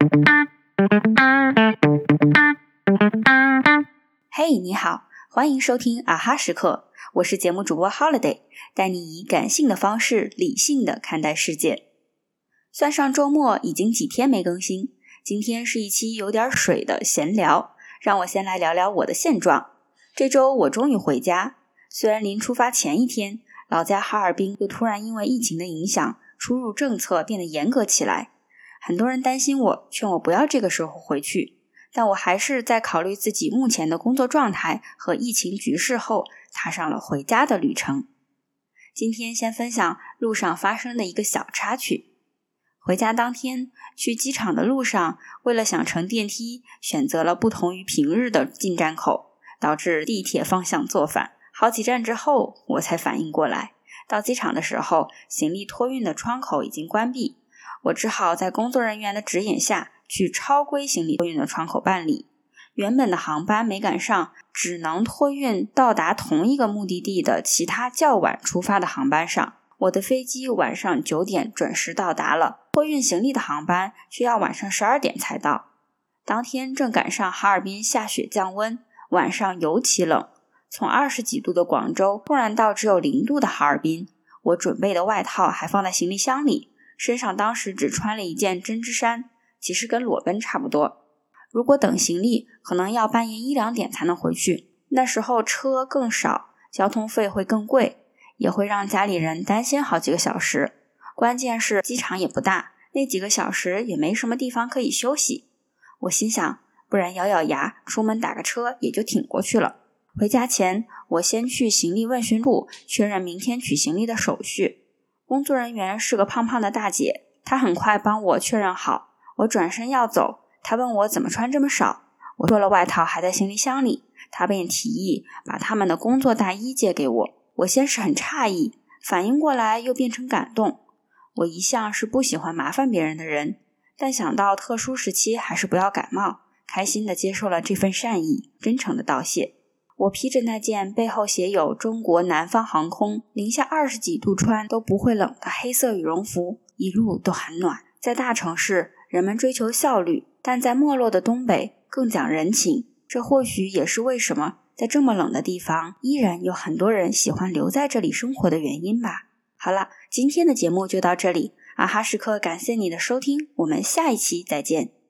嘿，你好，欢迎收听啊哈时刻，我是节目主播 Holiday， 带你以感性的方式理性的看待世界。算上周末已经几天没更新，今天是一期有点水的闲聊，让我先来聊聊我的现状。这周我终于回家，虽然临出发前一天，老家哈尔滨又突然因为疫情的影响，出入政策变得严格起来，很多人担心我，劝我不要这个时候回去，但我还是在考虑自己目前的工作状态和疫情局势后，踏上了回家的旅程。今天先分享路上发生的一个小插曲。回家当天，去机场的路上，为了想乘电梯，选择了不同于平日的进站口，导致地铁方向坐反。好几站之后，我才反应过来，到机场的时候，行李托运的窗口已经关闭，我只好在工作人员的指引下去超规行李托运的窗口办理。原本的航班没赶上，只能托运到达同一个目的地的其他较晚出发的航班上。我的飞机晚上9点准时到达了，托运行李的航班却要晚上12点才到。当天正赶上哈尔滨下雪降温，晚上尤其冷，从20几度的广州突然到只有0度的哈尔滨，我准备的外套还放在行李箱里，身上当时只穿了一件针织衫，其实跟裸奔差不多。如果等行李，可能要半夜1、2点才能回去，那时候车更少，交通费会更贵，也会让家里人担心好几个小时。关键是机场也不大，那几个小时也没什么地方可以休息。我心想，不然咬咬牙，出门打个车也就挺过去了。回家前，我先去行李问询处确认明天取行李的手续。工作人员是个胖胖的大姐，她很快帮我确认好。我转身要走，她问我怎么穿这么少，我说了外套还在行李箱里，她便提议把他们的工作大衣借给我。我先是很诧异，反应过来又变成感动。我一向是不喜欢麻烦别人的人，但想到特殊时期还是不要感冒，开心地接受了这份善意，真诚地道谢。我披着那件背后写有中国南方航空零下20几度穿都不会冷的黑色羽绒服，一路都很暖。在大城市，人们追求效率，但在没落的东北更讲人情，这或许也是为什么在这么冷的地方，依然有很多人喜欢留在这里生活的原因吧。好了，今天的节目就到这里，啊哈时刻感谢你的收听，我们下一期再见。